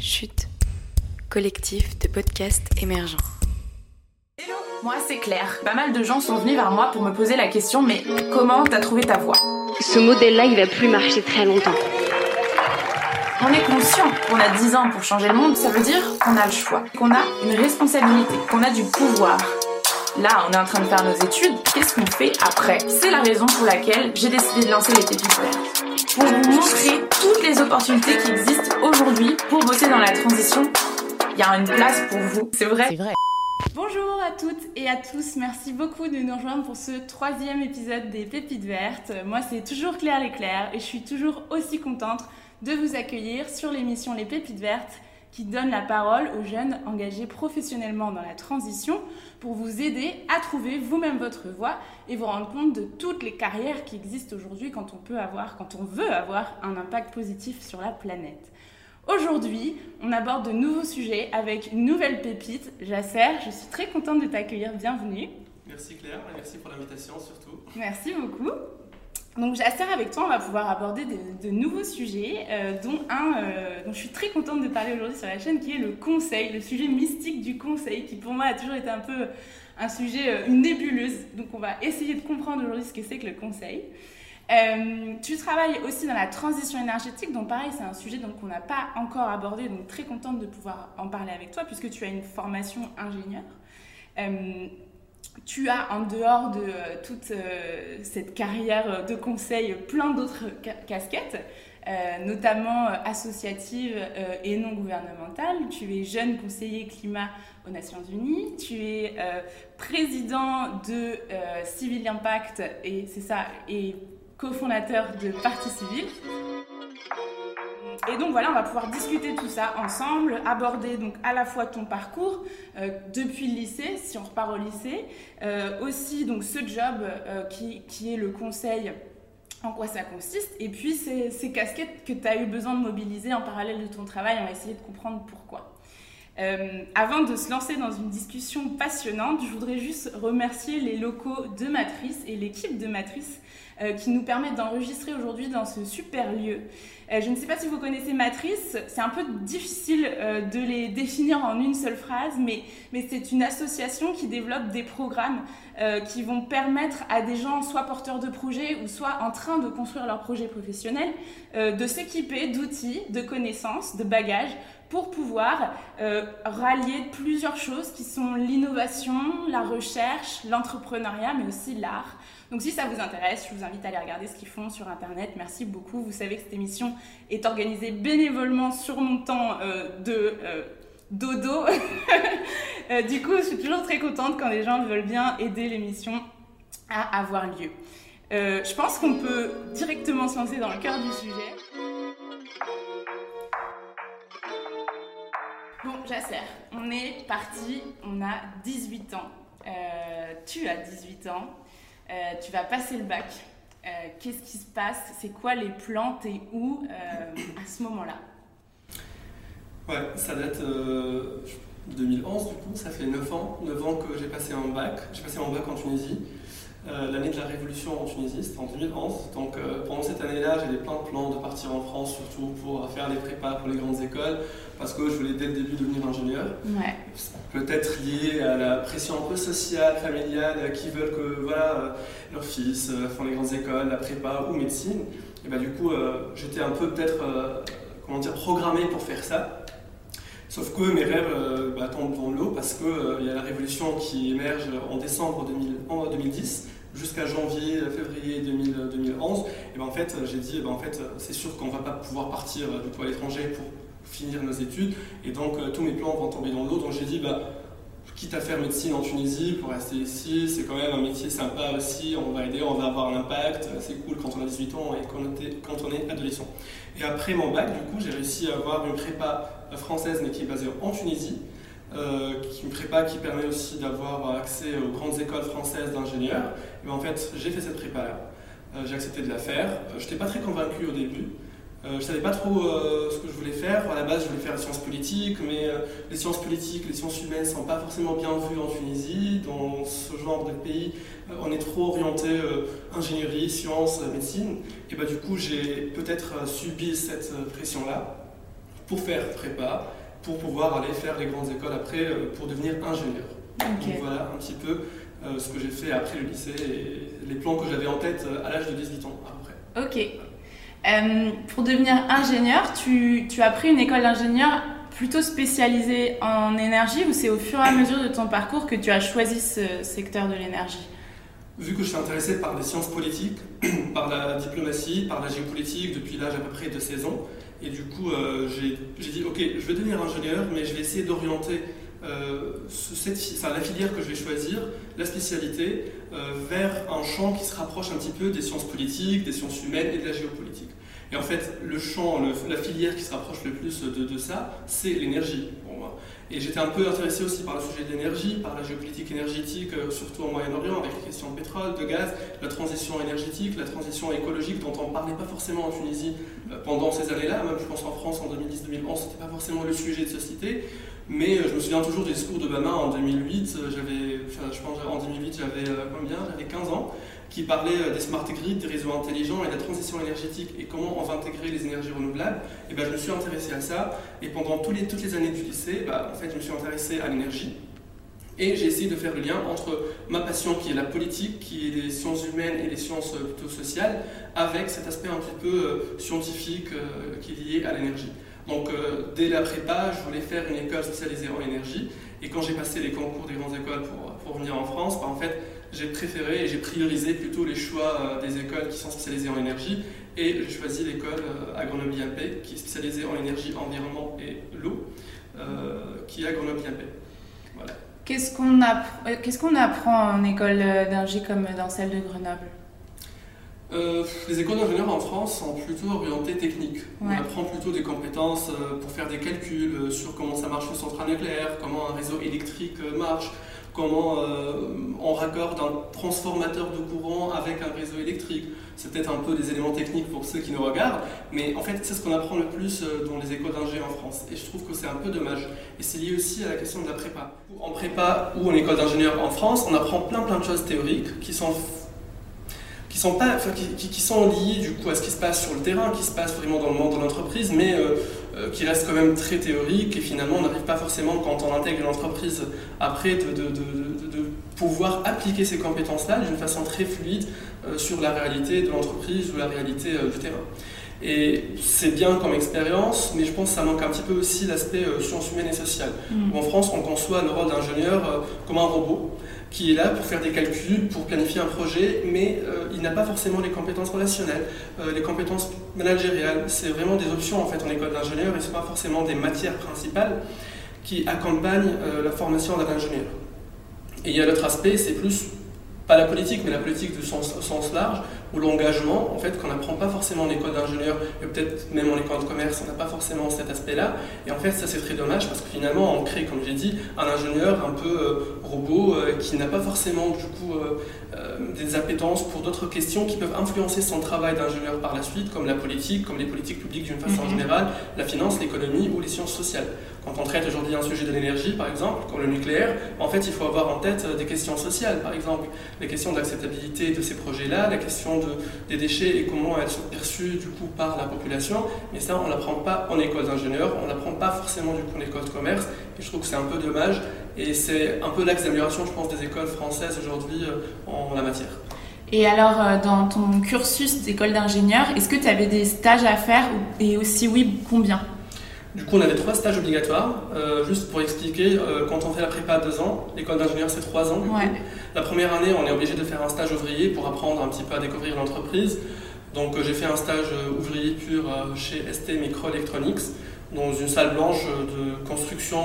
Chute, collectif de podcasts émergents. Hello, moi c'est Claire. Pas mal de gens sont venus vers moi pour me poser la question, mais comment t'as trouvé ta voix ? Ce modèle-là, il va plus marcher très longtemps. On est conscient qu'on a 10 ans pour changer le monde, ça veut dire qu'on a le choix, qu'on a une responsabilité, qu'on a du pouvoir. Là, on est en train de faire nos études, qu'est-ce qu'on fait après ? C'est la raison pour laquelle j'ai décidé de lancer les Pépites Vertes. Pour vous montrer toutes les opportunités qui existent aujourd'hui pour bosser dans la transition. Il y a une place pour vous, c'est vrai. Bonjour à toutes et à tous, merci beaucoup de nous rejoindre pour ce 3e épisode des Pépites Vertes. Moi c'est toujours Claire Leclerc et je suis toujours aussi contente de vous accueillir sur l'émission Les Pépites Vertes qui donne la parole aux jeunes engagés professionnellement dans la transition pour vous aider à trouver vous-même votre voie et vous rendre compte de toutes les carrières qui existent aujourd'hui quand on veut avoir un impact positif sur la planète. Aujourd'hui, on aborde de nouveaux sujets avec une nouvelle pépite. Jasser, je suis très contente de t'accueillir, bienvenue. Merci Claire, merci pour l'invitation surtout. Merci beaucoup. Donc Jasser, avec toi, on va pouvoir aborder de nouveaux sujets, dont un dont je suis très contente de parler aujourd'hui sur la chaîne, qui est le conseil, le sujet mystique du conseil, qui pour moi a toujours été un peu un sujet, une nébuleuse. Donc on va essayer de comprendre aujourd'hui ce que c'est que le conseil. Tu travailles aussi dans la transition énergétique, donc pareil, c'est un sujet qu'on n'a pas encore abordé, donc très contente de pouvoir en parler avec toi, puisque tu as une formation ingénieur. Tu as, en dehors de toute cette carrière de conseil, plein d'autres casquettes, notamment associatives et non gouvernementales. Tu es jeune conseiller climat aux Nations Unies. Tu es président de Civil Impact, et c'est ça, et cofondateur de Partie Civile. Et donc voilà, on va pouvoir discuter tout ça ensemble, aborder donc à la fois ton parcours depuis le lycée, si on repart au lycée, aussi donc ce job qui est le conseil, en quoi ça consiste, et puis ces casquettes que tu as eu besoin de mobiliser en parallèle de ton travail, on va essayer de comprendre pourquoi. Avant de se lancer dans une discussion passionnante, je voudrais juste remercier les locaux de Matrice et l'équipe de Matrice qui nous permettent d'enregistrer aujourd'hui dans ce super lieu. Je ne sais pas si vous connaissez Matrice, c'est un peu difficile de les définir en une seule phrase, mais c'est une association qui développe des programmes qui vont permettre à des gens, soit porteurs de projets ou soit en train de construire leur projet professionnel, de s'équiper d'outils, de connaissances, de bagages, pour pouvoir rallier plusieurs choses qui sont l'innovation, la recherche, l'entrepreneuriat, mais aussi l'art. Donc si ça vous intéresse, je vous invite à aller regarder ce qu'ils font sur Internet. Merci beaucoup. Vous savez que cette émission est organisée bénévolement sur mon temps de dodo. Du coup, je suis toujours très contente quand les gens veulent bien aider l'émission à avoir lieu. Je pense qu'on peut directement se lancer dans le cœur du sujet. Bon, Jasser, on est parti, on a 18 ans. Tu as 18 ans, tu vas passer le bac. Qu'est-ce qui se passe ? C'est quoi les plans ? T'es où à ce moment-là ? Ouais, ça date de 2011 du coup, ça fait 9 ans que j'ai passé un bac. J'ai passé mon bac en Tunisie. L'année de la révolution en Tunisie, c'était en 2011. Donc pendant cette année-là, j'avais plein de plans de partir en France, surtout pour faire les prépas pour les grandes écoles, parce que je voulais dès le début devenir ingénieur. Ouais. Peut-être lié à la pression un peu sociale, familiale, qui veulent que leurs fils font les grandes écoles, la prépa ou médecine. Et du coup, j'étais un peu peut-être programmé pour faire ça. Sauf que mes rêves tombent dans l'eau parce qu'il y a la révolution qui émerge en décembre 2010 jusqu'à janvier, février 2011. Et en fait, j'ai dit, c'est sûr qu'on ne va pas pouvoir partir du coup à l'étranger pour finir nos études. Et donc, tous mes plans vont tomber dans l'eau. Donc, j'ai dit, quitte à faire médecine en Tunisie pour rester ici, c'est quand même un métier sympa aussi. On va aider, on va avoir un impact. C'est cool quand on a 18 ans et quand on est adolescent. Et après mon bac, du coup, j'ai réussi à avoir une prépa française, mais qui est basée en Tunisie. Une prépa qui permet aussi d'avoir accès aux grandes écoles françaises d'ingénieurs. Et en fait, j'ai fait cette prépa-là. J'ai accepté de la faire. Je n'étais pas très convaincu au début. Je ne savais pas trop ce que je voulais faire. À la base, je voulais faire les sciences politiques, mais les sciences politiques, les sciences humaines ne sont pas forcément bien vues en Tunisie. Dans ce genre de pays, on est trop orienté ingénierie, sciences, médecine. Et du coup, j'ai peut-être subi cette pression-là. pour faire prépa, pour pouvoir aller faire les grandes écoles après pour devenir ingénieur. Ok. Donc voilà un petit peu ce que j'ai fait après le lycée et les plans que j'avais en tête à l'âge de 18 ans à peu près. Ok. Pour devenir ingénieur, tu as pris une école d'ingénieur plutôt spécialisée en énergie ou c'est au fur et à mesure de ton parcours que tu as choisi ce secteur de l'énergie? Vu que je suis intéressé par les sciences politiques, par la diplomatie, par la géopolitique depuis l'âge à peu près de 16 ans, et du coup j'ai dit ok, je vais devenir ingénieur, mais je vais essayer d'orienter la filière que je vais choisir, la spécialité, vers un champ qui se rapproche un petit peu des sciences politiques, des sciences humaines et de la géopolitique. Et en fait, le champ, la filière qui se rapproche le plus de ça, c'est l'énergie pour moi. Et j'étais un peu intéressé aussi par le sujet de l'énergie, par la géopolitique énergétique, surtout au Moyen-Orient, avec les questions de pétrole, de gaz, la transition énergétique, la transition écologique dont on ne parlait pas forcément en Tunisie pendant ces années-là. Même je pense en France en 2010-2011, ce n'était pas forcément le sujet de société. Mais je me souviens toujours du discours d'Obama en 2008. Je pense en 2008, j'avais 15 ans, qui parlait des smart grids, des réseaux intelligents et de la transition énergétique et comment on va intégrer les énergies renouvelables. Et je me suis intéressé à ça. Et pendant toutes les années du lycée, en fait, je me suis intéressé à l'énergie. Et j'ai essayé de faire le lien entre ma passion qui est la politique, qui est les sciences humaines et les sciences plutôt sociales, avec cet aspect un petit peu scientifique qui est lié à l'énergie. Donc dès la prépa, je voulais faire une école spécialisée en énergie. Et quand j'ai passé les concours des grandes écoles pour venir en France, en fait, j'ai préféré et j'ai priorisé plutôt les choix des écoles qui sont spécialisées en énergie. Et j'ai choisi l'école à Grenoble-IMP, qui est spécialisée en énergie, environnement et l'eau, qui est à Grenoble-IMP. Voilà. Qu'est-ce qu'on apprend en école d'ingé comme dans celle de Grenoble? Les écoles d'ingénieurs en France sont plutôt orientées techniques. Ouais. On apprend plutôt des compétences pour faire des calculs sur comment ça marche une centrale nucléaire, comment un réseau électrique marche, comment on raccorde un transformateur de courant avec un réseau électrique. C'est peut-être un peu des éléments techniques pour ceux qui nous regardent, mais en fait c'est ce qu'on apprend le plus dans les écoles d'ingé en France. Et je trouve que c'est un peu dommage. Et c'est lié aussi à la question de la prépa. En prépa ou en école d'ingénieur en France, on apprend plein de choses théoriques qui sont liées du coup à ce qui se passe sur le terrain, qui se passe vraiment dans le monde de l'entreprise, mais qui restent quand même très théoriques et finalement on n'arrive pas forcément quand on intègre une entreprise après de pouvoir appliquer ces compétences-là d'une façon très fluide sur la réalité de l'entreprise ou la réalité du terrain. Et c'est bien comme expérience, mais je pense que ça manque un petit peu aussi l'aspect sciences humaines et sociales. En France, on conçoit le rôle d'ingénieur comme un robot qui est là pour faire des calculs, pour planifier un projet, mais il n'a pas forcément les compétences relationnelles, les compétences managériales. C'est vraiment des options en fait en école d'ingénieur et ce ne sont pas forcément des matières principales qui accompagnent la formation d'un ingénieur. Et il y a l'autre aspect, c'est plus pas la politique, mais la politique au sens large, ou l'engagement, en fait, qu'on n'apprend pas forcément en école d'ingénieur, et peut-être même en école de commerce, on n'a pas forcément cet aspect-là. Et en fait, ça c'est très dommage, parce que finalement, on crée, comme j'ai dit, un ingénieur un peu robot, qui n'a pas forcément, du coup, des appétences pour d'autres questions qui peuvent influencer son travail d'ingénieur par la suite, comme la politique, comme les politiques publiques d'une façon générale, la finance, l'économie ou les sciences sociales. Quand on traite aujourd'hui un sujet de l'énergie, par exemple, comme le nucléaire, en fait, il faut avoir en tête des questions sociales, par exemple, les questions d'acceptabilité de ces projets-là, la question des déchets et comment elles sont perçues du coup par la population. Mais ça, on ne l'apprend pas en école d'ingénieur, on ne l'apprend pas forcément du coup en école de commerce. Et je trouve que c'est un peu dommage. Et c'est un peu l'axe d'amélioration, je pense, des écoles françaises aujourd'hui en la matière. Et alors, dans ton cursus d'école d'ingénieur, est-ce que tu avais des stages à faire et aussi oui, combien ? Du coup, on avait 3 stages obligatoires. Juste pour expliquer, quand on fait la prépa à 2 ans, l'école d'ingénieur c'est 3 ans. Du coup. La première année, on est obligé de faire un stage ouvrier pour apprendre un petit peu à découvrir l'entreprise. Donc j'ai fait un stage ouvrier pur chez ST Microelectronics, dans une salle blanche de construction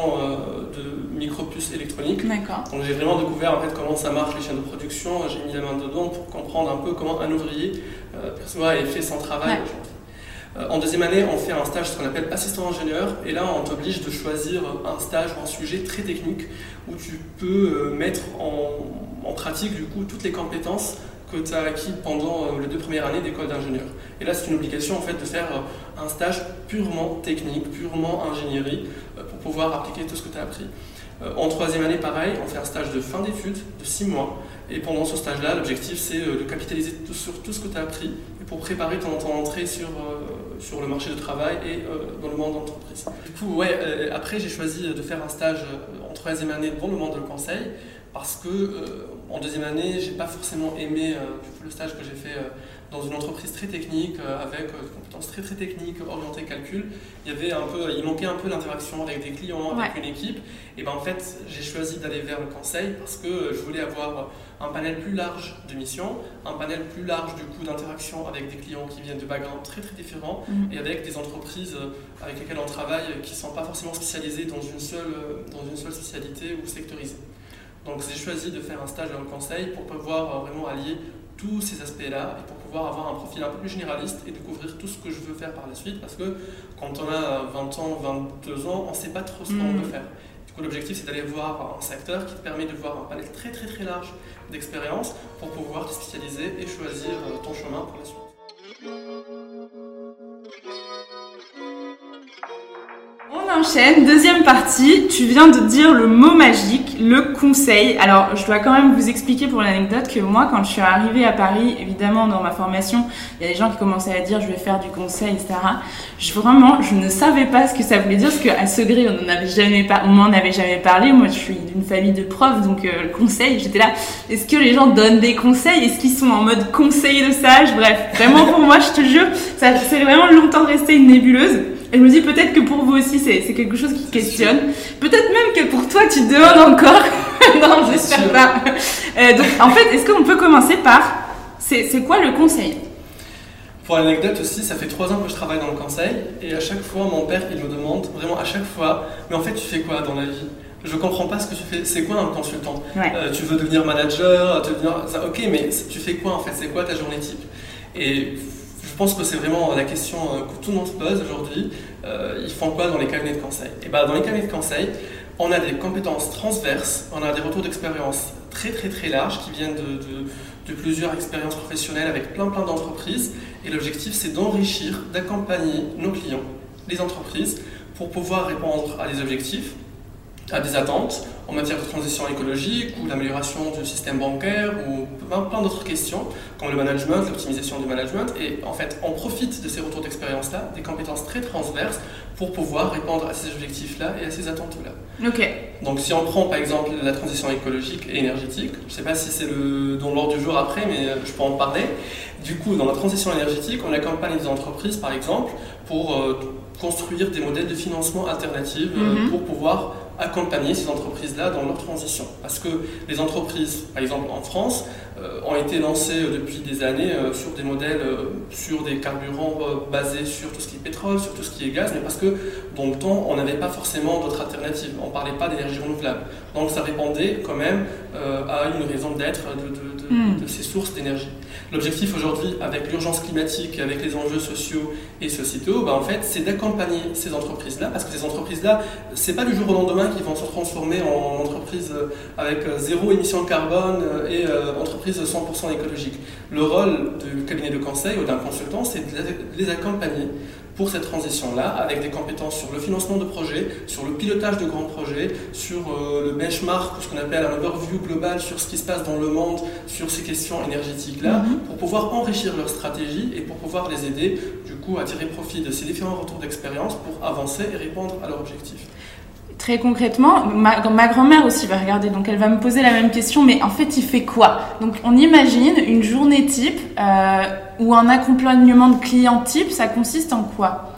de micropuces électroniques. D'accord. Donc j'ai vraiment découvert en fait comment ça marche les chaînes de production. J'ai mis la main dedans pour comprendre un peu comment un ouvrier perçoit et fait son travail aujourd'hui. En deuxième année, on fait un stage, ce qu'on appelle assistant ingénieur, et là on t'oblige de choisir un stage ou un sujet très technique où tu peux mettre en pratique du coup toutes les compétences que tu as acquis pendant les 2 premières années d'école d'ingénieur. Et là c'est une obligation en fait de faire un stage purement technique, purement ingénierie, pour pouvoir appliquer tout ce que tu as appris. En troisième année, pareil, on fait un stage de fin d'études de 6 mois. Et pendant ce stage-là, l'objectif, c'est de capitaliser sur tout ce que tu as appris et pour préparer ton entrée sur sur le marché du travail et dans le monde de l'entreprise. Du coup, après j'ai choisi de faire un stage en 3e année dans le monde du conseil parce que en 2e année, j'ai pas forcément aimé le stage que j'ai fait dans une entreprise très technique, avec des compétences très très techniques, orientées calcul. Il manquait un peu l'interaction avec des clients, avec une équipe. Et en fait, j'ai choisi d'aller vers le conseil parce que je voulais avoir un panel plus large de missions, un panel plus large du coup d'interaction avec des clients qui viennent de backgrounds très très différents et avec des entreprises avec lesquelles on travaille qui ne sont pas forcément spécialisées dans une seule spécialité ou sectorisées. Donc j'ai choisi de faire un stage dans le conseil pour pouvoir vraiment allier tous ces aspects-là et pour pouvoir avoir un profil un peu plus généraliste et découvrir tout ce que je veux faire par la suite parce que quand on a 20 ans, 22 ans, on ne sait pas trop ce qu'on veut faire. Du coup, l'objectif, c'est d'aller voir un secteur qui te permet de voir un panel très très très large d'expériences pour pouvoir te spécialiser et choisir ton chemin pour la suite. On enchaîne, deuxième partie, tu viens de dire le mot magique, le conseil. Alors, je dois quand même vous expliquer pour l'anecdote que moi, quand je suis arrivée à Paris, évidemment, dans ma formation, il y a des gens qui commençaient à dire je vais faire du conseil, etc. Je ne savais pas ce que ça voulait dire, parce qu'à Segré, on m'en avait jamais parlé. Moi, je suis d'une famille de profs, donc le conseil, j'étais là, est-ce que les gens donnent des conseils? Est-ce qu'ils sont en mode conseil de sage? Bref, vraiment pour moi, je te jure, ça c'est vraiment longtemps resté une nébuleuse. Et je me dis peut-être que pour vous aussi c'est quelque chose qui questionne. Peut-être même que pour toi tu te demandes encore. Non, j'espère pas. Donc en fait, est-ce qu'on peut commencer par c'est quoi le conseil? Pour l'anecdote aussi, ça fait 3 ans que je travaille dans le conseil et à chaque fois mon père il me demande, vraiment à chaque fois, mais en fait tu fais quoi dans la vie? Je comprends pas ce que tu fais, c'est quoi un consultant? Tu veux devenir manager, ok, mais tu fais quoi en fait? C'est quoi ta journée type? Et je pense que c'est vraiment la question que tout le monde se pose aujourd'hui. Ils font quoi dans les cabinets de conseil? Et dans les cabinets de conseil, on a des compétences transverses, on a des retours d'expérience très très très larges qui viennent de plusieurs expériences professionnelles avec plein d'entreprises. Et l'objectif, c'est d'enrichir, d'accompagner nos clients, les entreprises, pour pouvoir répondre à des objectifs, à des attentes en matière de transition écologique ou l'amélioration du système bancaire ou plein d'autres questions comme le management, l'optimisation du management. Et en fait, on profite de ces retours d'expérience-là, des compétences très transverses pour pouvoir répondre à ces objectifs-là et à ces attentes-là. Ok. Donc si on prend par exemple la transition écologique et énergétique, je ne sais pas si c'est dans l'ordre du jour après, mais je peux en parler. Du coup, dans la transition énergétique, on accompagne les entreprises par exemple pour construire des modèles de financement alternatifs pour pouvoir accompagner ces entreprises-là dans leur transition. Parce que les entreprises, par exemple en France, ont été lancées depuis des années sur des modèles, sur des carburants basés sur tout ce qui est pétrole, sur tout ce qui est gaz, mais parce que dans le temps, on n'avait pas forcément d'autres alternatives. On ne parlait pas d'énergie renouvelable. Donc ça répondait quand même à une raison d'être de ces sources d'énergie. L'objectif aujourd'hui, avec l'urgence climatique et avec les enjeux sociaux et sociétaux, en fait, c'est d'accompagner ces entreprises-là, parce que ces entreprises-là, c'est pas du jour au lendemain qu'ils vont se transformer en entreprise avec 0 émission de carbone et entreprise 100% écologique. Le rôle du cabinet de conseil ou d'un consultant, c'est de les accompagner pour cette transition-là, avec des compétences sur le financement de projets, sur le pilotage de grands projets, sur le benchmark, ce qu'on appelle un overview global sur ce qui se passe dans le monde, sur ces questions énergétiques-là, pour pouvoir enrichir leur stratégie et pour pouvoir les aider, du coup, à tirer profit de ces différents retours d'expérience pour avancer et répondre à leurs objectifs. Très concrètement, ma grand-mère aussi va regarder, donc elle va me poser la même question, mais en fait, il fait quoi? Donc, on imagine une journée type ou un accompagnement de client type, ça consiste en quoi?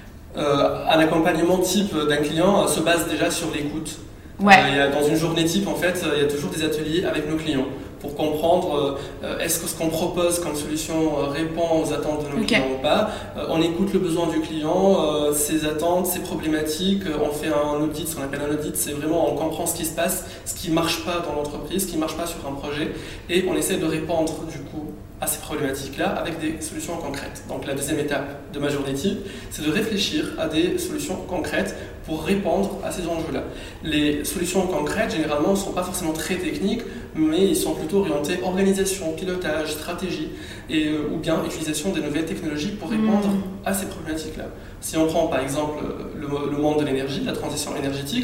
Un accompagnement type d'un client se base déjà sur l'écoute. Dans une journée type, en fait, il y a toujours des ateliers avec nos clients pour comprendre est-ce que ce qu'on propose comme solution répond aux attentes de nos clients ou pas. On écoute le besoin du client, ses attentes, ses problématiques. On fait un audit, ce qu'on appelle un audit, c'est vraiment on comprend ce qui se passe, ce qui ne marche pas dans l'entreprise, ce qui ne marche pas sur un projet, et on essaie de répondre du coup à ces problématiques-là avec des solutions concrètes. Donc la deuxième étape de ma journée type, c'est de réfléchir à des solutions concrètes pour répondre à ces enjeux-là. Les solutions concrètes, généralement, ne sont pas forcément très techniques, mais ils sont plutôt orientés organisation, pilotage, stratégie, ou bien utilisation des nouvelles technologies pour répondre à ces problématiques-là. Si on prend par exemple le monde de l'énergie, la transition énergétique,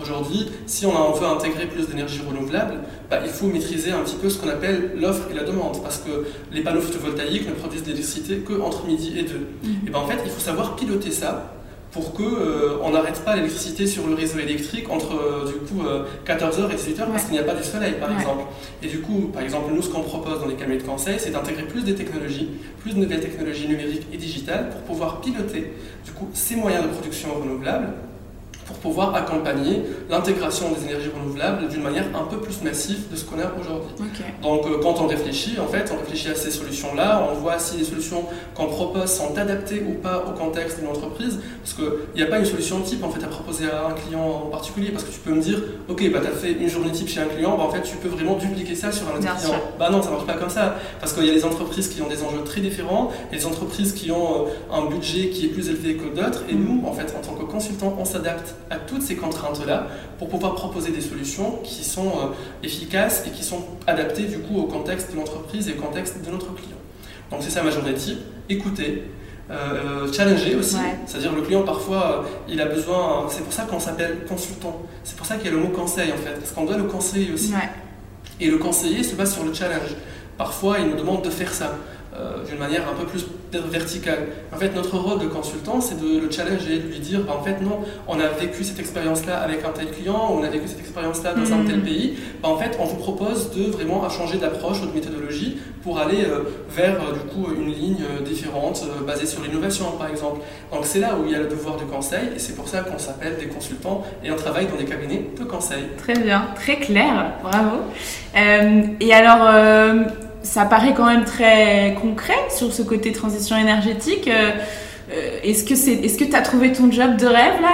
Aujourd'hui, si on veut intégrer plus d'énergie renouvelable, il faut maîtriser un petit peu ce qu'on appelle l'offre et la demande, parce que les panneaux photovoltaïques ne produisent de l'électricité qu'entre midi et 2. Et en fait, il faut savoir piloter ça pour qu'on n'arrête pas l'électricité sur le réseau électrique entre 14h et 18h parce qu'il n'y a pas du soleil, par exemple. Et du coup, par exemple, nous, ce qu'on propose dans les cabinets de conseil, c'est d'intégrer plus de technologies, plus de nouvelles technologies numériques et digitales pour pouvoir piloter du coup, ces moyens de production renouvelables, pour pouvoir accompagner l'intégration des énergies renouvelables d'une manière un peu plus massive de ce qu'on a aujourd'hui. Donc quand on réfléchit, en fait, on réfléchit à ces solutions-là, on voit si les solutions qu'on propose sont adaptées ou pas au contexte d'une entreprise, parce qu'il n'y a pas une solution type en fait, à proposer à un client en particulier, parce que tu peux me dire, ok, tu as fait une journée type chez un client, en fait, tu peux vraiment dupliquer ça sur un autre client. Non, ça ne marche pas comme ça, parce qu'il y a des entreprises qui ont des enjeux très différents, et des entreprises qui ont un budget qui est plus élevé que d'autres, et nous, en fait, en tant que consultants, on s'adapte à toutes ces contraintes-là pour pouvoir proposer des solutions qui sont efficaces et qui sont adaptées du coup au contexte de l'entreprise et au contexte de notre client. Donc c'est ça ma journée type, écouter, challenger aussi, c'est-à-dire le client parfois il a besoin, c'est pour ça qu'on s'appelle consultant, c'est pour ça qu'il y a le mot conseil en fait, parce qu'on doit le conseiller aussi. Et le conseiller se base sur le challenge. Parfois il nous demande de faire ça. D'une manière un peu plus verticale. En fait, notre rôle de consultant, c'est de le challenger, de lui dire, en fait, non, on a vécu cette expérience-là avec un tel client, on a vécu cette expérience-là dans un tel pays. En fait, on vous propose de vraiment changer d'approche ou de méthodologie pour aller vers, du coup, une ligne différente, basée sur l'innovation, par exemple. Donc, c'est là où il y a le devoir de conseil, et c'est pour ça qu'on s'appelle des consultants, et on travaille dans des cabinets de conseil. Très bien, très clair, bravo. Et alors... ça paraît quand même très concret sur ce côté transition énergétique. Est-ce que tu as trouvé ton job de rêve là ?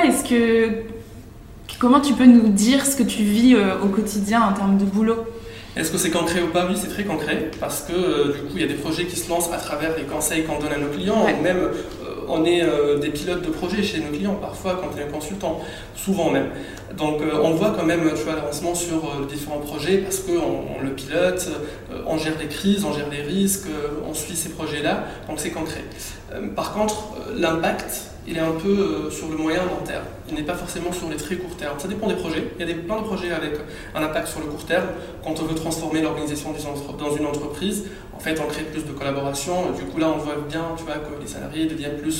Comment tu peux nous dire ce que tu vis au quotidien en termes de boulot ? Est-ce que c'est concret ou pas ? Oui, c'est très concret parce que du coup, il y a des projets qui se lancent à travers les conseils qu'on donne à nos clients. Même, on est des pilotes de projets chez nos clients parfois quand on est consultant, souvent même. Donc on voit quand même l'avancement sur différents projets parce qu'on le pilote, on gère les crises, on gère les risques, on suit ces projets-là, donc c'est concret. Par contre, l'impact, il est un peu sur le moyen long terme. Il n'est pas forcément sur les très courts termes. Ça dépend des projets. Il y a plein de projets avec un impact sur le court terme. Quand on veut transformer l'organisation dans une entreprise, en fait, on crée plus de collaboration. Du coup, là, on voit bien que les salariés deviennent plus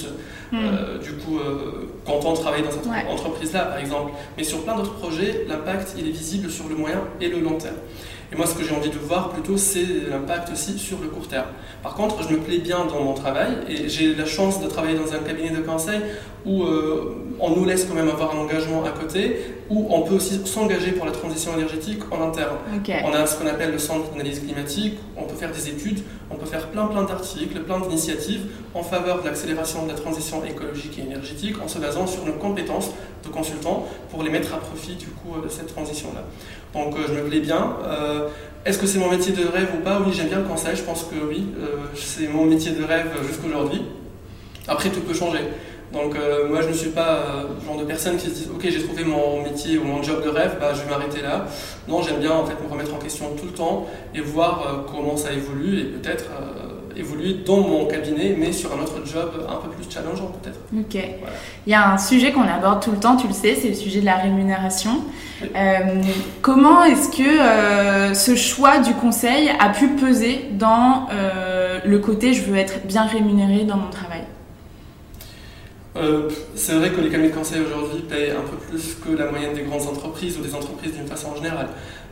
contents de travailler dans cette entreprise-là, par exemple. Mais sur plein d'autres projets, l'impact, il est visible sur le moyen et le long terme. Et moi, ce que j'ai envie de voir plutôt, c'est l'impact aussi sur le court terme. Par contre, je me plais bien dans mon travail et j'ai la chance de travailler dans un cabinet de conseil où on nous laisse quand même avoir un engagement à côté, où on peut aussi s'engager pour la transition énergétique en interne. On a ce qu'on appelle le centre d'analyse climatique, on peut faire des études, on peut faire plein d'articles, plein d'initiatives en faveur de l'accélération de la transition écologique et énergétique en se basant sur nos compétences de consultants pour les mettre à profit du coup de cette transition-là. Donc je me plais bien. Est-ce que c'est mon métier de rêve ou pas ? Oui, j'aime bien le conseil, je pense que oui, c'est mon métier de rêve jusqu'aujourd'hui. Après, tout peut changer. Donc moi, je ne suis pas le genre de personne qui se dit « Ok, j'ai trouvé mon métier ou mon job de rêve, je vais m'arrêter là ». Non, j'aime bien en fait me remettre en question tout le temps et voir comment ça évolue et peut-être évoluer dans mon cabinet, mais sur un autre job un peu plus challengeant peut-être. Ok. Voilà. Il y a un sujet qu'on aborde tout le temps, tu le sais, c'est le sujet de la rémunération. Oui. Comment est-ce que ce choix du conseil a pu peser dans le côté « je veux être bien rémunéré dans mon travail » ? C'est vrai que les cabinets de conseil aujourd'hui payent un peu plus que la moyenne des grandes entreprises ou des entreprises d'une façon générale.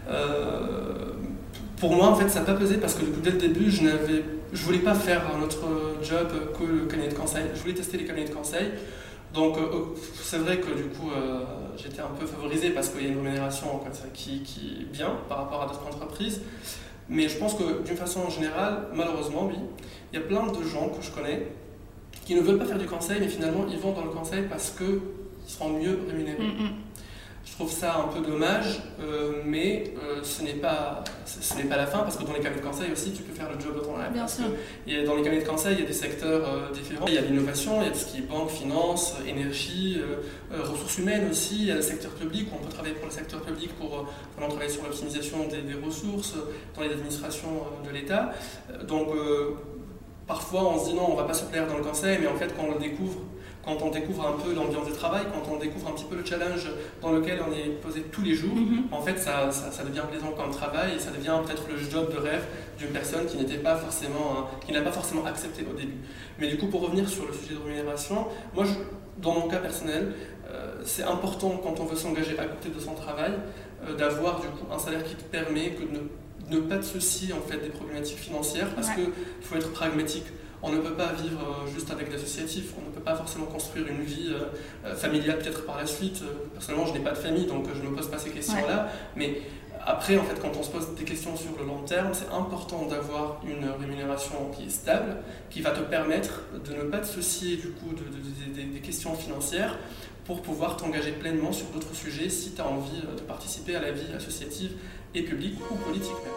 Pour moi, en fait, ça n'a pas pesé parce que dès le début, je voulais pas faire un autre job que le cabinet de conseil. Je voulais tester les cabinets de conseil. Donc, c'est vrai que du coup, j'étais un peu favorisé parce qu'il y a une rémunération qui est bien par rapport à d'autres entreprises. Mais je pense que d'une façon générale, malheureusement, oui, il y a plein de gens que je connais qui ne veulent pas faire du conseil, mais finalement, ils vont dans le conseil parce qu'ils seront mieux rémunérés. Je trouve ça un peu dommage, mais ce n'est pas la fin, parce que dans les cabinets de conseil aussi, tu peux faire le job de ton rêve. Bien sûr. Dans les cabinets de conseil, il y a des secteurs différents. Il y a l'innovation, il y a tout ce qui est banque, finance, énergie, ressources humaines aussi. Il y a le secteur public, où on peut travailler pour le secteur public pour travailler sur l'optimisation des ressources dans les administrations de l'État. Donc, parfois, on se dit non, on ne va pas se plaire dans le conseil, mais en fait, quand on le découvre, quand on découvre un peu l'ambiance du travail, quand on découvre un petit peu le challenge dans lequel on est posé tous les jours, en fait ça devient plaisant comme travail et ça devient peut-être le job de rêve d'une personne qui n'a pas forcément accepté au début. Mais du coup, pour revenir sur le sujet de rémunération, moi, dans mon cas personnel, c'est important quand on veut s'engager à côté de son travail d'avoir du coup un salaire qui te permet de ne pas te soucier en fait des problématiques financières parce qu'il faut être pragmatique. On ne peut pas vivre juste avec l'associatif, on ne peut pas forcément construire une vie familiale peut-être par la suite. Personnellement, je n'ai pas de famille, donc je ne me pose pas ces questions-là. Mais après, en fait, quand on se pose des questions sur le long terme, c'est important d'avoir une rémunération qui est stable, qui va te permettre de ne pas te soucier du coup des questions financières pour pouvoir t'engager pleinement sur d'autres sujets si tu as envie de participer à la vie associative et publique ou politique même.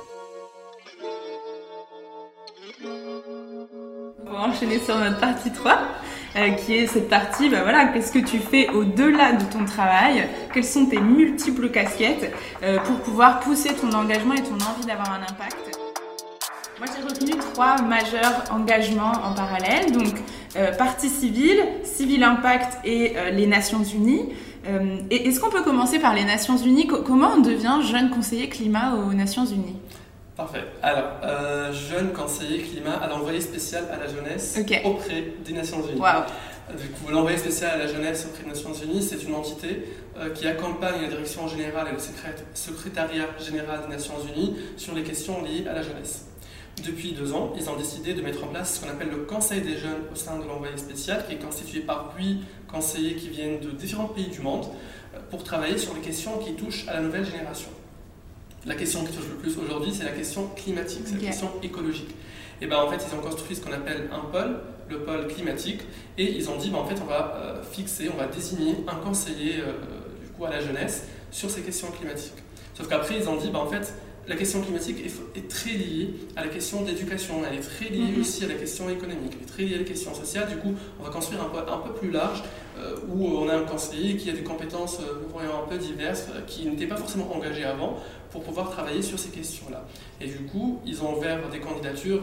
On va enchaîner sur notre partie 3, qui est cette partie, qu'est-ce que tu fais au-delà de ton travail, quelles sont tes multiples casquettes pour pouvoir pousser ton engagement et ton envie d'avoir un impact. Moi, j'ai retenu 3 majeurs engagements en parallèle, donc partie civile, Civil Impact et les Nations Unies. Et est-ce qu'on peut commencer par les Nations Unies ? Comment on devient jeune conseiller climat aux Nations Unies ? Parfait. Alors, jeune conseiller climat à l'envoyé spécial à la jeunesse auprès des Nations Unies. Wow. Du coup, l'envoyé spécial à la jeunesse auprès des Nations Unies, c'est une entité qui accompagne la direction générale et le secrétariat général des Nations Unies sur les questions liées à la jeunesse. Depuis 2 ans, ils ont décidé de mettre en place ce qu'on appelle le Conseil des jeunes au sein de l'envoyé spécial, qui est constitué par 8 conseillers qui viennent de différents pays du monde pour travailler sur les questions qui touchent à la nouvelle génération. La question qui touche le plus aujourd'hui, c'est la question climatique, c'est la question écologique. Et en fait, ils ont construit ce qu'on appelle un pôle, le pôle climatique, et ils ont dit, en fait, on va désigner un conseiller du coup à la jeunesse sur ces questions climatiques. Sauf qu'après, ils ont dit, en fait, la question climatique est très liée à la question de l'éducation, elle est très liée aussi à la question économique, elle est très liée à la question sociale. Du coup, on va construire un peu plus large où on a un conseiller qui a des compétences un peu diverses, qui n'était pas forcément engagé avant, pour pouvoir travailler sur ces questions-là. Et du coup, ils ont ouvert des candidatures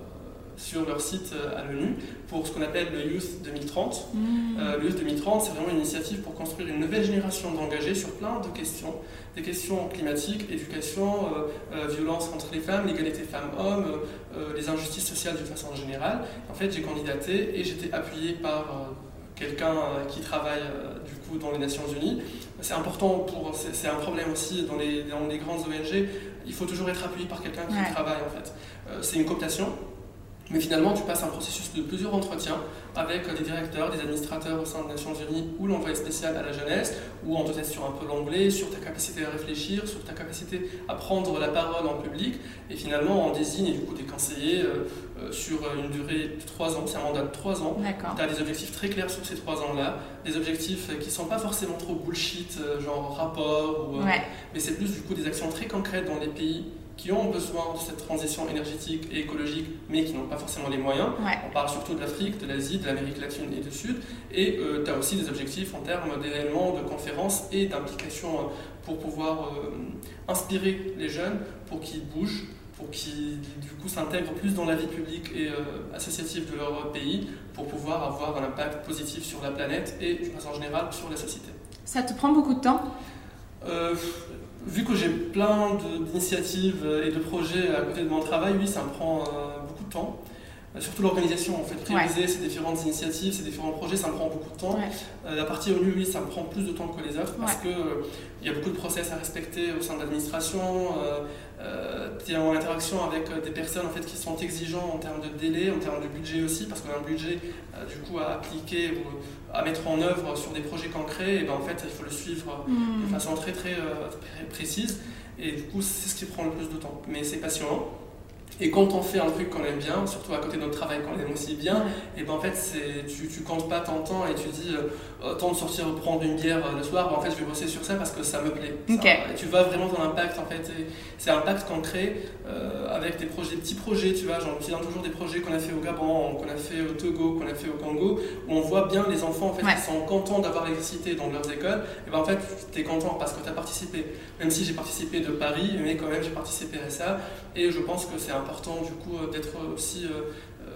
sur leur site à l'ONU pour ce qu'on appelle le Youth 2030. Le Youth 2030, c'est vraiment une initiative pour construire une nouvelle génération d'engagés sur plein de questions, des questions climatiques, éducation, violence entre les femmes, l'égalité femmes-hommes, les injustices sociales d'une façon générale. En fait, j'ai candidaté et j'étais appuyé par quelqu'un qui travaille du coup dans les Nations Unies. C'est important, c'est un problème aussi dans les grandes ONG, il faut toujours être appuyé par quelqu'un qui travaille en fait. C'est une cooptation. Mais finalement, tu passes un processus de plusieurs entretiens avec des directeurs, des administrateurs au sein des Nations Unies ou l'envoyé spécial à la jeunesse, où on te teste sur un peu l'anglais, sur ta capacité à réfléchir, sur ta capacité à prendre la parole en public. Et finalement, on désigne du coup des conseillers sur une durée de 3 ans, c'est un mandat de 3 ans. Tu as des objectifs très clairs sur ces 3 ans-là, des objectifs qui ne sont pas forcément trop bullshit, genre rapport, mais c'est plus du coup des actions très concrètes dans les pays qui ont besoin de cette transition énergétique et écologique, mais qui n'ont pas forcément les moyens. On parle surtout de l'Afrique, de l'Asie, de l'Amérique latine et du Sud. Et tu as aussi des objectifs en termes d'événements, de conférences et d'implication pour pouvoir inspirer les jeunes, pour qu'ils bougent, pour qu'ils du coup s'intègrent plus dans la vie publique et associative de leur pays, pour pouvoir avoir un impact positif sur la planète et de façon générale sur la société. Ça te prend beaucoup de temps ? Vu que j'ai plein d'initiatives et de projets à côté de mon travail, oui, ça me prend beaucoup de temps. Surtout l'organisation, en fait, prioriser ces différentes initiatives, ces différents projets, ça me prend beaucoup de temps. La partie ONU, oui, ça me prend plus de temps que les autres parce qu'il y a beaucoup de process à respecter au sein de l'administration. Tu es en interaction avec des personnes en fait, qui sont exigeants en termes de délai, en termes de budget aussi, parce qu'on a un budget du coup à appliquer ou à mettre en œuvre sur des projets concrets. Et en fait, il faut le suivre de façon très précise. Et du coup, c'est ce qui prend le plus de temps. Mais c'est passionnant. Et quand on fait un truc qu'on aime bien, surtout à côté de notre travail qu'on aime aussi bien, et en fait tu comptes pas ton temps et tu dis temps de sortir prendre une bière le soir, en fait je vais bosser sur ça parce que ça me plaît. Et tu vois vraiment ton impact en fait, et c'est un impact concret avec des petits projets, tu vois, genre je souviens toujours des projets qu'on a fait au Gabon, qu'on a fait au Togo, qu'on a fait au Congo, où on voit bien les enfants en fait qui sont contents d'avoir l'électricité dans leurs écoles, et en fait tu es content parce que tu as participé, même si j'ai participé de Paris, mais quand même j'ai participé à ça, et je pense que c'est important du coup d'être aussi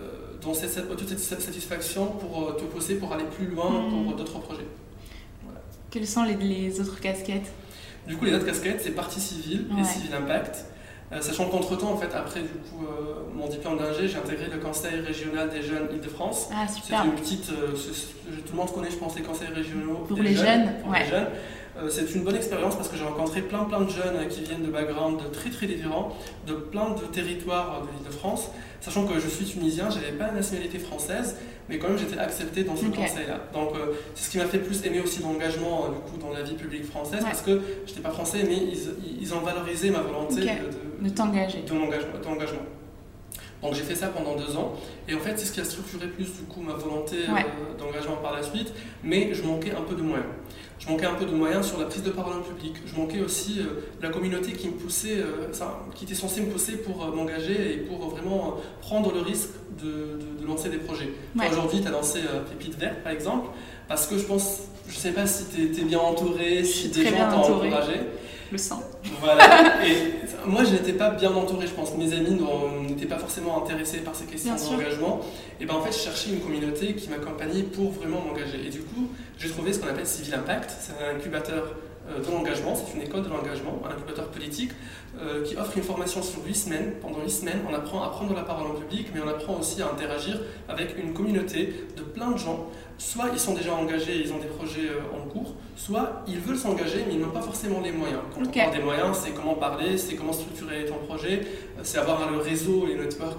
dans cette satisfaction pour te pousser pour aller plus loin pour d'autres projets. Voilà. Quelles sont les autres casquettes? Du coup, les autres casquettes, c'est partie civile et civil impact. Sachant qu'entre-temps, en fait, après du coup, mon diplôme d'ingé, j'ai intégré le Conseil régional des jeunes Île-de-France. Ah, super. C'est une petite... tout le monde connaît, je pense, les conseils régionaux pour les jeunes. Les jeunes. C'est une bonne expérience parce que j'ai rencontré plein de jeunes qui viennent de backgrounds très très différents, de plein de territoires de l'Île-de-France. Sachant que je suis tunisien, je n'avais pas la nationalité française, mais quand même j'étais accepté dans ce conseil-là. Donc c'est ce qui m'a fait plus aimer aussi l'engagement du coup, dans la vie publique française, parce que je n'étais pas français, mais ils ont valorisé ma volonté de t'engager. De mon engagement. Donc j'ai fait ça pendant 2 ans, et en fait c'est ce qui a structuré plus du coup ma volonté d'engagement par la suite, mais je manquais un peu de moyens. Je manquais un peu de moyens sur la prise de parole en public. Je manquais aussi la communauté qui me poussait, qui était censée me pousser pour m'engager et pour vraiment prendre le risque de lancer des projets. Aujourd'hui, tu as lancé Pépite Verte par exemple, parce que je sais pas si tu es bien entouré, si des gens t'ont encouragé. Le sang. Voilà. Et moi, je n'étais pas bien entouré, je pense. Mes amis n'étaient pas forcément intéressés par ces questions d'engagement. Et ben en fait, je cherchais une communauté qui m'accompagnait pour vraiment m'engager. Et du coup, j'ai trouvé ce qu'on appelle Civil Impact. C'est un incubateur de l'engagement, c'est une école de l'engagement, un incubateur politique qui offre une formation sur 8 semaines. Pendant 8 semaines, on apprend à prendre la parole en public, mais on apprend aussi à interagir avec une communauté de plein de gens. Soit ils sont déjà engagés, ils ont des projets en cours, soit ils veulent s'engager, mais ils n'ont pas forcément les moyens. Quand on parle des moyens, c'est comment parler, c'est comment structurer ton projet, c'est avoir le réseau et le network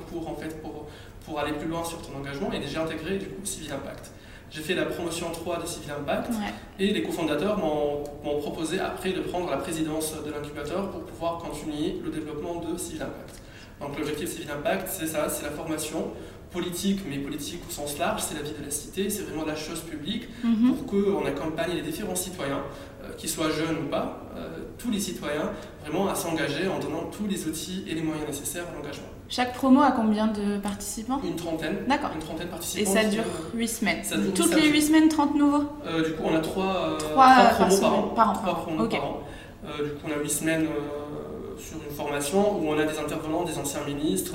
pour aller plus loin sur ton engagement. Et j'ai intégré du coup Civil Impact. J'ai fait la promotion 3 de Civil Impact et les cofondateurs m'ont proposé après de prendre la présidence de l'incubateur pour pouvoir continuer le développement de Civil Impact. Donc l'objectif Civil Impact, c'est ça, c'est la formation politique, mais politique au sens large, c'est la vie de la cité, c'est vraiment la chose publique pour qu'on accompagne les différents citoyens, qu'ils soient jeunes ou pas, tous les citoyens, vraiment à s'engager en donnant tous les outils et les moyens nécessaires à l'engagement. Chaque promo a combien de participants? Une trentaine. D'accord. Une trentaine de participants. Et ça dure 8 semaines. Toutes les 8 semaines, 30 nouveaux? Du coup, on a 3 promos par an. 3 promos par an. Du coup, on a 8 semaines sur une formation où on a des intervenants, des anciens ministres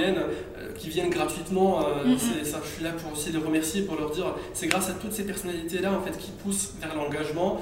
qui viennent gratuitement. Ça, je suis là pour aussi les remercier, pour leur dire c'est grâce à toutes ces personnalités-là en fait, qui poussent vers l'engagement,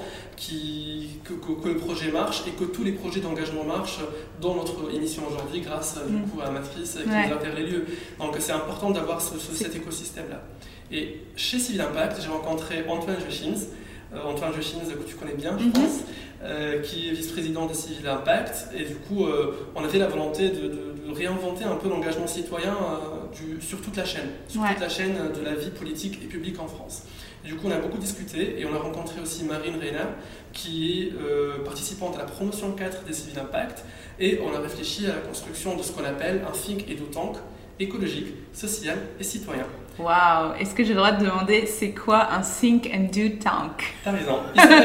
que le projet marche et que tous les projets d'engagement marchent dans notre émission aujourd'hui grâce du coup, à Matrice qui nous a ouvert les lieux. Donc c'est important d'avoir cet écosystème-là. Et chez Civil Impact, j'ai rencontré Antoine Joachins, que tu connais bien, je pense, qui est vice-président de Civil Impact. Et du coup, on avait la volonté de réinventer un peu l'engagement citoyen sur toute la chaîne, toute la chaîne de la vie politique et publique en France. Et du coup, on a beaucoup discuté et on a rencontré aussi Marine Reina, qui est participante à la promotion 4 des Civil Impact. Et on a réfléchi à la construction de ce qu'on appelle un think et do tank écologique, social et citoyen. Waouh! Est-ce que j'ai le droit de demander c'est quoi un think and do tank? T'as raison.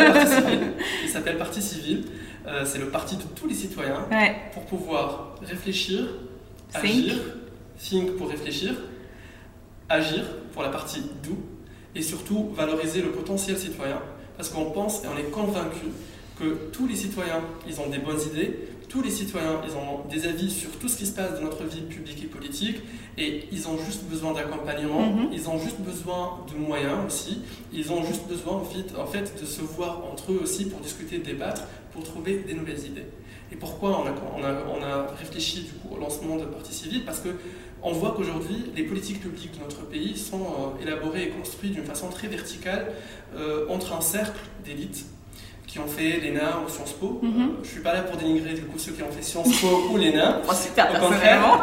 Il s'appelle Parti Civil. C'est le parti de tous les citoyens pour pouvoir réfléchir, agir, think pour réfléchir, agir pour la partie do et surtout valoriser le potentiel citoyen parce qu'on pense et on est convaincu que tous les citoyens, ils ont des bonnes idées, tous les citoyens, ils ont des avis sur tout ce qui se passe dans notre vie publique et politique et ils ont juste besoin d'accompagnement, ils ont juste besoin de moyens aussi, ils ont juste besoin en fait de se voir entre eux aussi pour discuter, débattre, pour trouver des nouvelles idées. Et pourquoi on a réfléchi du coup au lancement de Parti Civil? Parce que on voit qu'aujourd'hui, les politiques publiques de notre pays sont élaborées et construites d'une façon très verticale entre un cercle d'élites qui ont fait l'ENA ou Sciences Po. Je ne suis pas là pour dénigrer du coup ceux qui ont fait Sciences Po ou l'ENA. Au contraire,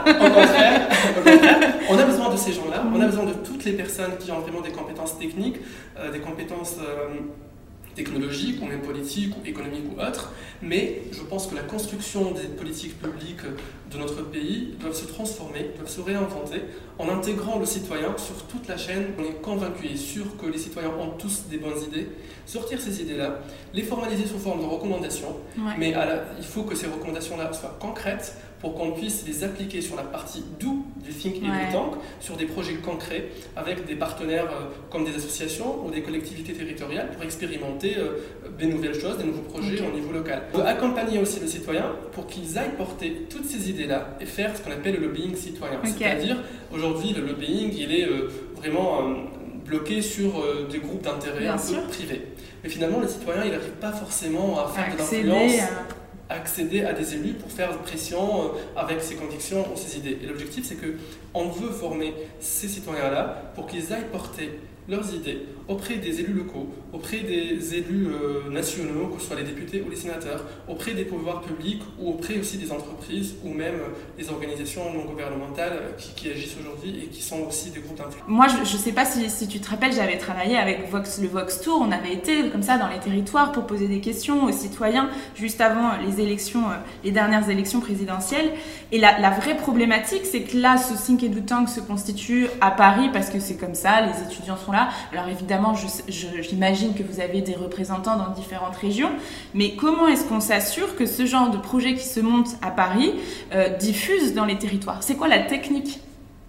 on a besoin de ces gens-là, on a besoin de toutes les personnes qui ont vraiment des compétences techniques, des compétences technologiques ou même politiques ou économiques ou autres, mais je pense que la construction des politiques publiques de notre pays doivent se transformer, doivent se réinventer en intégrant le citoyen sur toute la chaîne. On est convaincu et sûr que les citoyens ont tous des bonnes idées, sortir ces idées-là, les formaliser sous forme de recommandations, mais il faut que ces recommandations-là soient concrètes pour qu'on puisse les appliquer sur la partie do du think et du tank, sur des projets concrets avec des partenaires comme des associations ou des collectivités territoriales pour expérimenter des nouvelles choses, des nouveaux projets au niveau local. On peut accompagner aussi le citoyen pour qu'ils aillent porter toutes ces idées-là et faire ce qu'on appelle le lobbying citoyen. C'est-à-dire, aujourd'hui, le lobbying, il est vraiment bloqué sur des groupes d'intérêt un peu privés. Mais finalement, le citoyen, il n'arrive pas forcément à faire de l'influence, accéder à des élus pour faire pression avec ses convictions ou ses idées. Et l'objectif, c'est qu'on veut former ces citoyens-là pour qu'ils aillent porter leurs idées auprès des élus locaux, auprès des élus nationaux, que ce soit les députés ou les sénateurs, auprès des pouvoirs publics ou auprès aussi des entreprises ou même des organisations non gouvernementales qui agissent aujourd'hui et qui sont aussi des groupes d'influence. Moi, je ne sais pas si tu te rappelles, j'avais travaillé avec le Vox Tour, on avait été comme ça dans les territoires pour poser des questions aux citoyens juste avant les élections, les dernières élections présidentielles. Et la vraie problématique, c'est que là, ce Think et Do Tank se constitue à Paris parce que c'est comme ça, les étudiants sont là. Alors évidemment, j'imagine que vous avez des représentants dans différentes régions, mais comment est-ce qu'on s'assure que ce genre de projet qui se monte à Paris diffuse dans les territoires? C'est quoi la technique?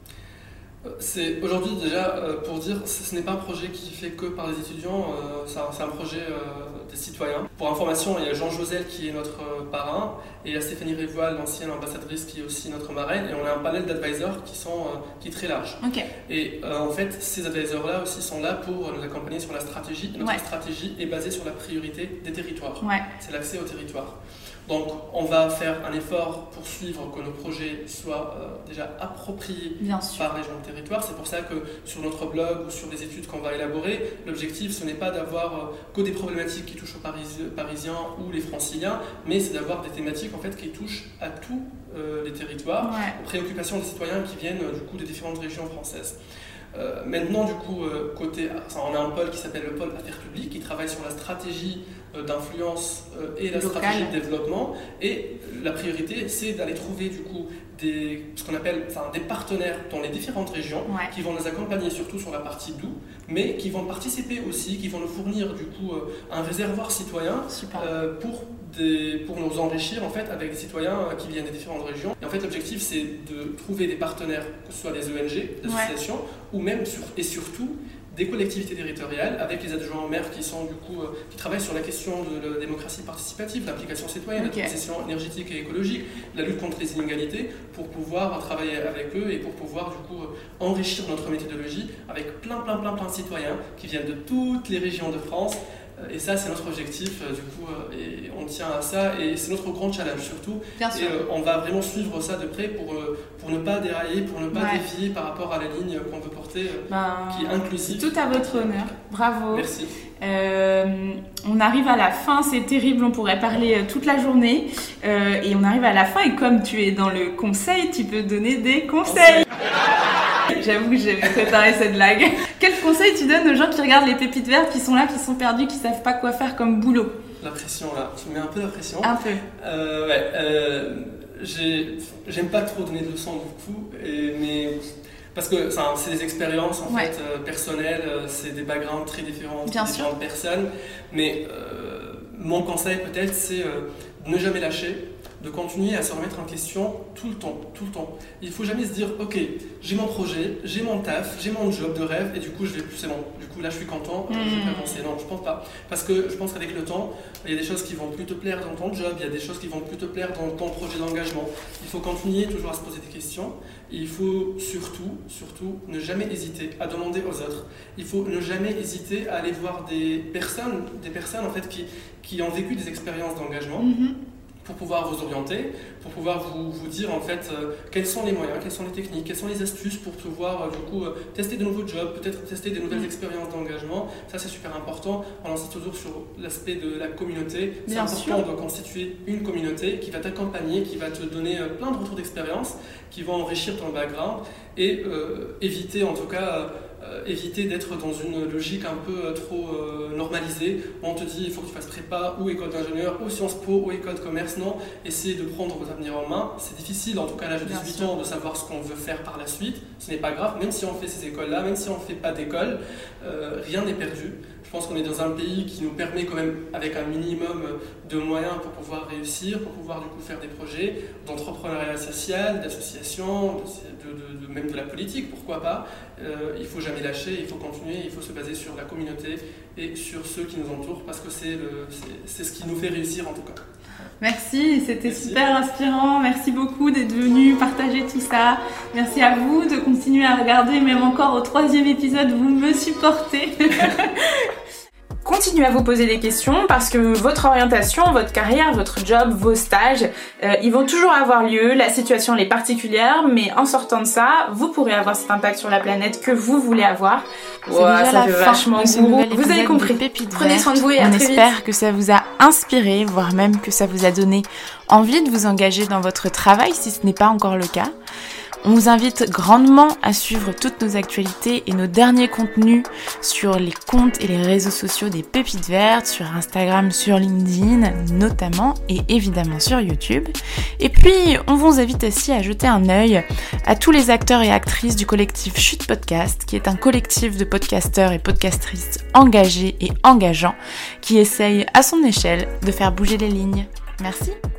C'est aujourd'hui déjà pour dire ce n'est pas un projet qui est fait que par les étudiants, c'est un projet des citoyens. Pour information, il y a Jean Josel qui est notre parrain et il y a Stéphanie Rivoal, l'ancienne ambassadrice, qui est aussi notre marraine, et on a un panel d'advisors qui est très large. Et en fait, ces advisors-là aussi sont là pour nous accompagner sur la stratégie. Notre stratégie est basée sur la priorité des territoires. C'est l'accès au territoire. Donc, on va faire un effort pour suivre que nos projets soient déjà appropriés par les gens du territoire. C'est pour ça que sur notre blog ou sur les études qu'on va élaborer, l'objectif, ce n'est pas d'avoir que des problématiques qui touchent aux Parisiens ou les Franciliens, mais c'est d'avoir des thématiques en fait, qui touchent à tous les territoires, aux préoccupations des citoyens qui viennent du coup, des différentes régions françaises. Maintenant, du coup, on a un pôle qui s'appelle le pôle Affaires publiques qui travaille sur la stratégie d'influence et la stratégie de développement. Et la priorité, c'est d'aller trouver du coup ce qu'on appelle des partenaires dans les différentes régions qui vont nous accompagner surtout sur la partie do, mais qui vont participer aussi, qui vont nous fournir du coup un réservoir citoyen pour nous enrichir en fait avec des citoyens qui viennent des différentes régions. Et en fait l'objectif c'est de trouver des partenaires, que ce soit des ONG, des associations ou même et surtout des collectivités territoriales avec les adjoints au maire qui sont du coup qui travaillent sur la question de la démocratie participative, l'implication citoyenne, la transition énergétique et écologique, la lutte contre les inégalités, pour pouvoir travailler avec eux et pour pouvoir du coup enrichir notre méthodologie avec plein de citoyens qui viennent de toutes les régions de France. Et ça, c'est notre objectif, du coup, et on tient à ça, et c'est notre grand challenge surtout. Bien sûr. Et on va vraiment suivre ça de près pour ne pas dérailler, pour ne pas dévier par rapport à la ligne qu'on veut porter, qui est inclusive. Tout à votre honneur, bravo. Merci. On arrive à la fin, c'est terrible, on pourrait parler toute la journée, et on arrive à la fin, et comme tu es dans le conseil, tu peux donner des conseils. J'avoue que j'avais préparé cette blague. Quel conseil tu donnes aux gens qui regardent les pépites vertes, qui sont là, qui sont perdus, qui savent pas quoi faire comme boulot? La pression là, tu me mets un peu la pression. Un peu. J'aime pas trop donner de leçons du coup, mais parce que c'est des expériences en fait personnelles, c'est des backgrounds très différents de différentes personnes. Mais mon conseil peut-être c'est de ne jamais lâcher, de continuer à se remettre en question tout le temps. Il ne faut jamais se dire ok, j'ai mon projet, j'ai mon taf, j'ai mon job de rêve et du coup c'est bon, du coup là je suis content, je vais avancer. Non, je pense pas. Parce que je pense qu'avec le temps, il y a des choses qui vont plus te plaire dans ton job, il y a des choses qui vont plus te plaire dans ton projet d'engagement. Il faut continuer toujours à se poser des questions. Il faut surtout ne jamais hésiter à demander aux autres. Il faut ne jamais hésiter à aller voir des personnes en fait qui ont vécu des expériences d'engagement. Pour pouvoir vous orienter, pour pouvoir vous dire en fait quels sont les moyens, quelles sont les techniques, quelles sont les astuces pour pouvoir du coup tester de nouveaux jobs, peut-être tester des nouvelles expériences d'engagement. Ça c'est super important. On insiste toujours sur l'aspect de la communauté. C'est important de constituer une communauté qui va t'accompagner, qui va te donner plein de retours d'expérience, qui vont enrichir ton background et éviter en tout cas éviter d'être dans une logique un peu trop normalisée où on te dit il faut que tu fasses prépa ou école d'ingénieur ou Sciences Po ou école de commerce. Non, essayez de prendre votre avenir en main. C'est difficile, en tout cas à l'âge de 18 ans, de savoir ce qu'on veut faire par la suite. Ce n'est pas grave, même si on fait ces écoles-là, même si on ne fait pas d'école, rien n'est perdu. Je pense qu'on est dans un pays qui nous permet quand même, avec un minimum de moyens pour pouvoir réussir, pour pouvoir du coup faire des projets d'entrepreneuriat social, d'association, même de la politique, pourquoi pas. Il ne faut jamais lâcher, il faut continuer, il faut se baser sur la communauté et sur ceux qui nous entourent parce que c'est ce qui nous fait réussir en tout cas. Merci, c'était super inspirant. Merci beaucoup d'être venu partager tout ça. Merci à vous de continuer à regarder, même encore au 3e épisode, vous me supportez. Continuez à vous poser des questions parce que votre orientation, votre carrière, votre job, vos stages, ils vont toujours avoir lieu. La situation elle est particulière, mais en sortant de ça, vous pourrez avoir cet impact sur la planète que vous voulez avoir. C'est déjà ça la fait fin vachement de ce gourou. nouvel Vous avez épisode compris. de Pépites Prenez Vertes. soin de vous et à On très vite. espère que ça vous a inspiré, voire même que ça vous a donné envie de vous engager dans votre travail si ce n'est pas encore le cas. On vous invite grandement à suivre toutes nos actualités et nos derniers contenus sur les comptes et les réseaux sociaux des Pépites Vertes, sur Instagram, sur LinkedIn notamment, et évidemment sur YouTube. Et puis, on vous invite aussi à jeter un œil à tous les acteurs et actrices du collectif Chute Podcast, qui est un collectif de podcasteurs et podcastrices engagés et engageants, qui essayent à son échelle de faire bouger les lignes. Merci.